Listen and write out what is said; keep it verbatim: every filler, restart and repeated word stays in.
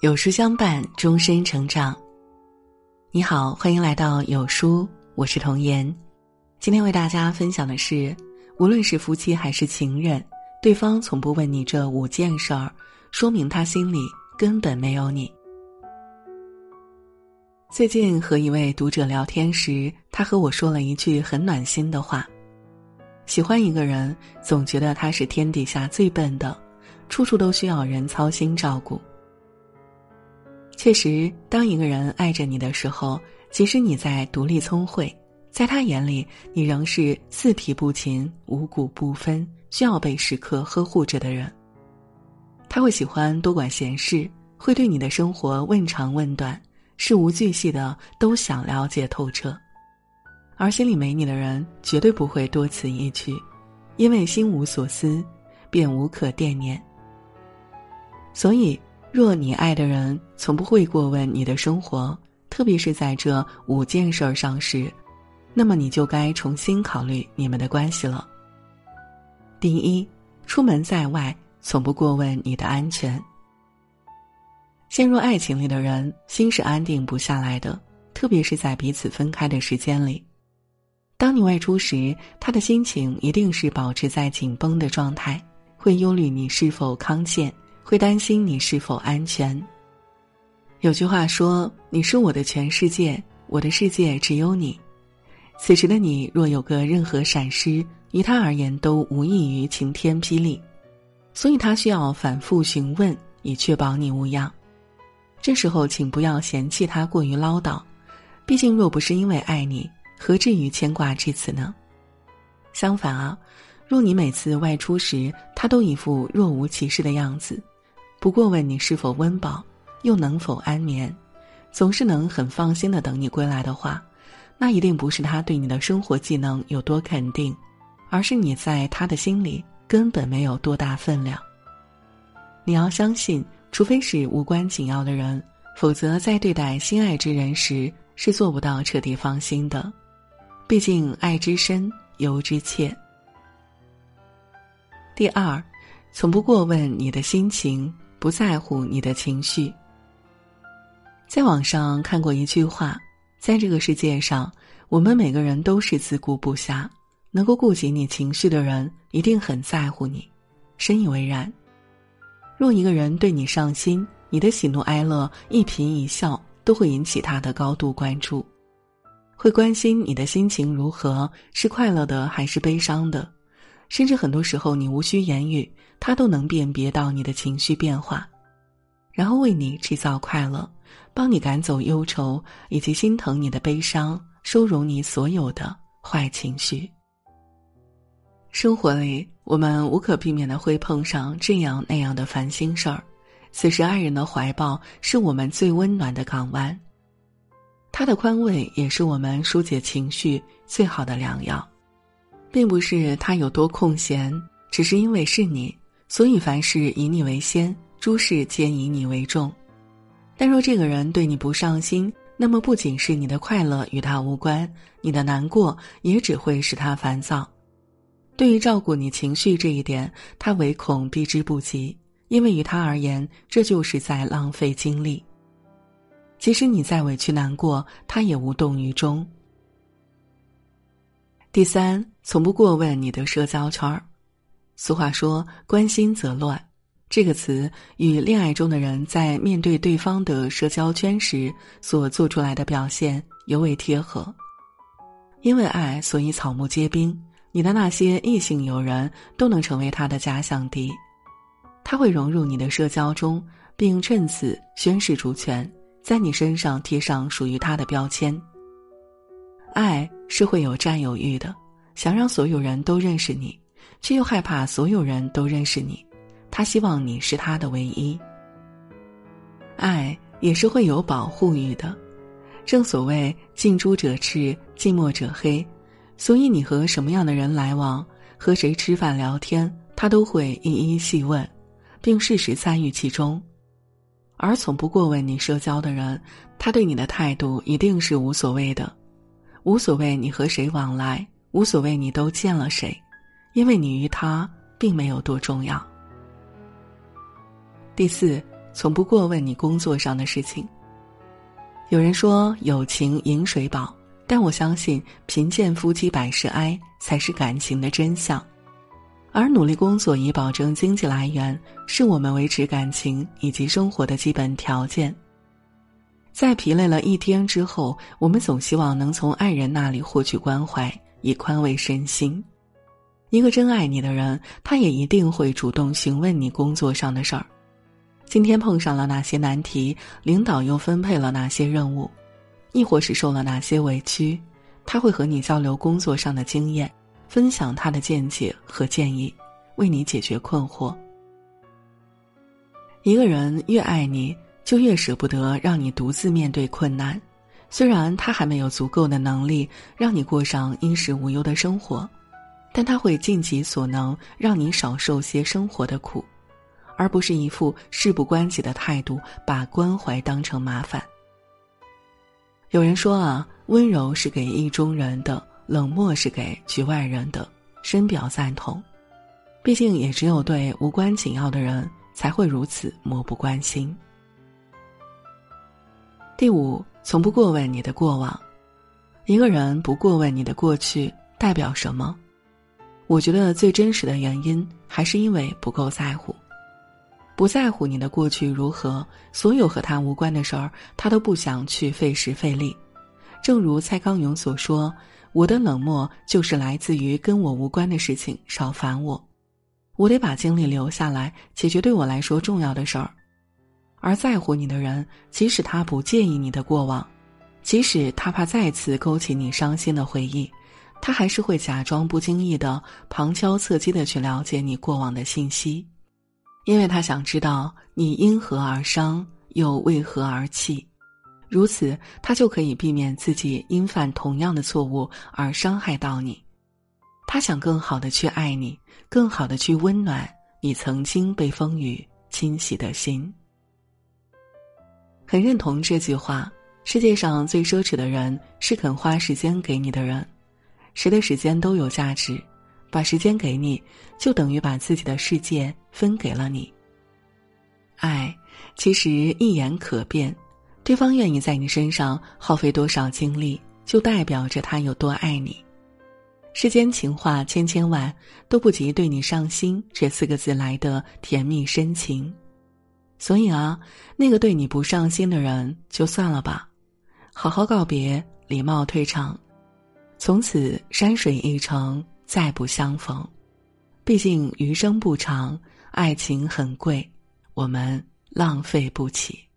有书相伴，终身成长。你好，欢迎来到有书，我是童言。今天为大家分享的是，无论是夫妻还是情人，对方从不问你这五件事儿，说明他心里根本没有你。最近和一位读者聊天时，他和我说了一句很暖心的话：喜欢一个人，总觉得他是天底下最笨的，处处都需要人操心照顾。确实，当一个人爱着你的时候，即使你在独立聪慧，在他眼里你仍是四体不勤、五谷不分，需要被时刻呵护着的人。他会喜欢多管闲事，会对你的生活问长问短，事无巨细的都想了解透彻。而心里没你的人绝对不会多此一举，因为心无所思，便无可惦念。所以若你爱的人从不会过问你的生活，特别是在这五件事儿上时，那么你就该重新考虑你们的关系了。第一，出门在外从不过问你的安全。陷入爱情里的人心是安定不下来的，特别是在彼此分开的时间里。当你外出时，他的心情一定是保持在紧绷的状态，会忧虑你是否康健，会担心你是否安全。有句话说，你是我的全世界，我的世界只有你。此时的你若有个任何闪失，于他而言都无异于晴天霹雳，所以他需要反复询问，以确保你无恙。这时候请不要嫌弃他过于唠叨，毕竟若不是因为爱你，何至于牵挂至此呢？相反啊，若你每次外出时他都一副若无其事的样子，不过问你是否温饱，又能否安眠，总是能很放心地等你归来的话，那一定不是他对你的生活技能有多肯定，而是你在他的心里根本没有多大分量。你要相信，除非是无关紧要的人，否则在对待心爱之人时是做不到彻底放心的。毕竟爱之深，忧之切。第二，从不过问你的心情，不在乎你的情绪。在网上看过一句话，在这个世界上，我们每个人都是自顾不暇，能够顾及你情绪的人一定很在乎你，深以为然。若一个人对你上心，你的喜怒哀乐一颦一笑都会引起他的高度关注，会关心你的心情如何，是快乐的还是悲伤的，甚至很多时候你无需言语，他都能辨别到你的情绪变化，然后为你制造快乐，帮你赶走忧愁，以及心疼你的悲伤，收容你所有的坏情绪。生活里我们无可避免地会碰上这样那样的烦心事儿，此时爱人的怀抱是我们最温暖的港湾，他的宽慰也是我们疏解情绪最好的良药。并不是他有多空闲，只是因为是你，所以凡事以你为先，诸事皆以你为重。但若这个人对你不上心，那么不仅是你的快乐与他无关，你的难过也只会使他烦躁。对于照顾你情绪这一点，他唯恐避之不及，因为于他而言，这就是在浪费精力。即使你再委屈难过，他也无动于衷。第三，从不过问你的社交圈儿。俗话说，关心则乱，这个词与恋爱中的人在面对对方的社交圈时所做出来的表现尤为贴合。因为爱，所以草木皆兵，你的那些异性友人都能成为他的假想敌，他会融入你的社交中，并趁此宣示主权，在你身上贴上属于他的标签。爱是会有占有欲的，想让所有人都认识你，却又害怕所有人都认识你，他希望你是他的唯一。爱也是会有保护欲的，正所谓近朱者赤，近墨者黑，所以你和什么样的人来往，和谁吃饭聊天，他都会一一细问，并适时参与其中。而从不过问你社交的人，他对你的态度一定是无所谓的，无所谓你和谁往来，无所谓你都见了谁，因为你与他并没有多重要。第四， 从不过问你工作上的事情。有人说友情饮水饱，但我相信贫贱夫妻百事哀才是感情的真相。而努力工作以保证经济来源，是我们维持感情以及生活的基本条件。在疲累了一天之后，我们总希望能从爱人那里获取关怀，以宽慰身心。一个真爱你的人，他也一定会主动询问你工作上的事儿。今天碰上了哪些难题，领导又分配了哪些任务，亦或是受了哪些委屈，他会和你交流工作上的经验，分享他的见解和建议，为你解决困惑。一个人越爱你，就越舍不得让你独自面对困难。虽然他还没有足够的能力让你过上衣食无忧的生活，但他会尽己所能让你少受些生活的苦，而不是一副事不关己的态度，把关怀当成麻烦。有人说啊，温柔是给意中人的，冷漠是给局外人的，深表赞同。毕竟也只有对无关紧要的人才会如此漠不关心。第五，从不过问你的过往。一个人不过问你的过去代表什么？我觉得最真实的原因还是因为不够在乎。不在乎你的过去如何，所有和他无关的事儿，他都不想去费时费力。正如蔡康永所说，我的冷漠就是来自于跟我无关的事情少烦我，我得把精力留下来解决对我来说重要的事儿。而在乎你的人，即使他不介意你的过往，即使他怕再次勾起你伤心的回忆，他还是会假装不经意地旁敲侧击地去了解你过往的信息，因为他想知道你因何而伤，又为何而气。如此，他就可以避免自己因犯同样的错误而伤害到你。他想更好地去爱你，更好地去温暖你曾经被风雨侵袭的心。很认同这句话，世界上最奢侈的人是肯花时间给你的人。谁的时间都有价值，把时间给你，就等于把自己的世界分给了你。爱其实一眼可辨，对方愿意在你身上耗费多少精力，就代表着他有多爱你。世间情话千千万，都不及对你上心这四个字来的甜蜜深情。所以啊，那个对你不上心的人就算了吧，好好告别，礼貌退场，从此山水一程，再不相逢。毕竟余生不长，爱情很贵，我们浪费不起。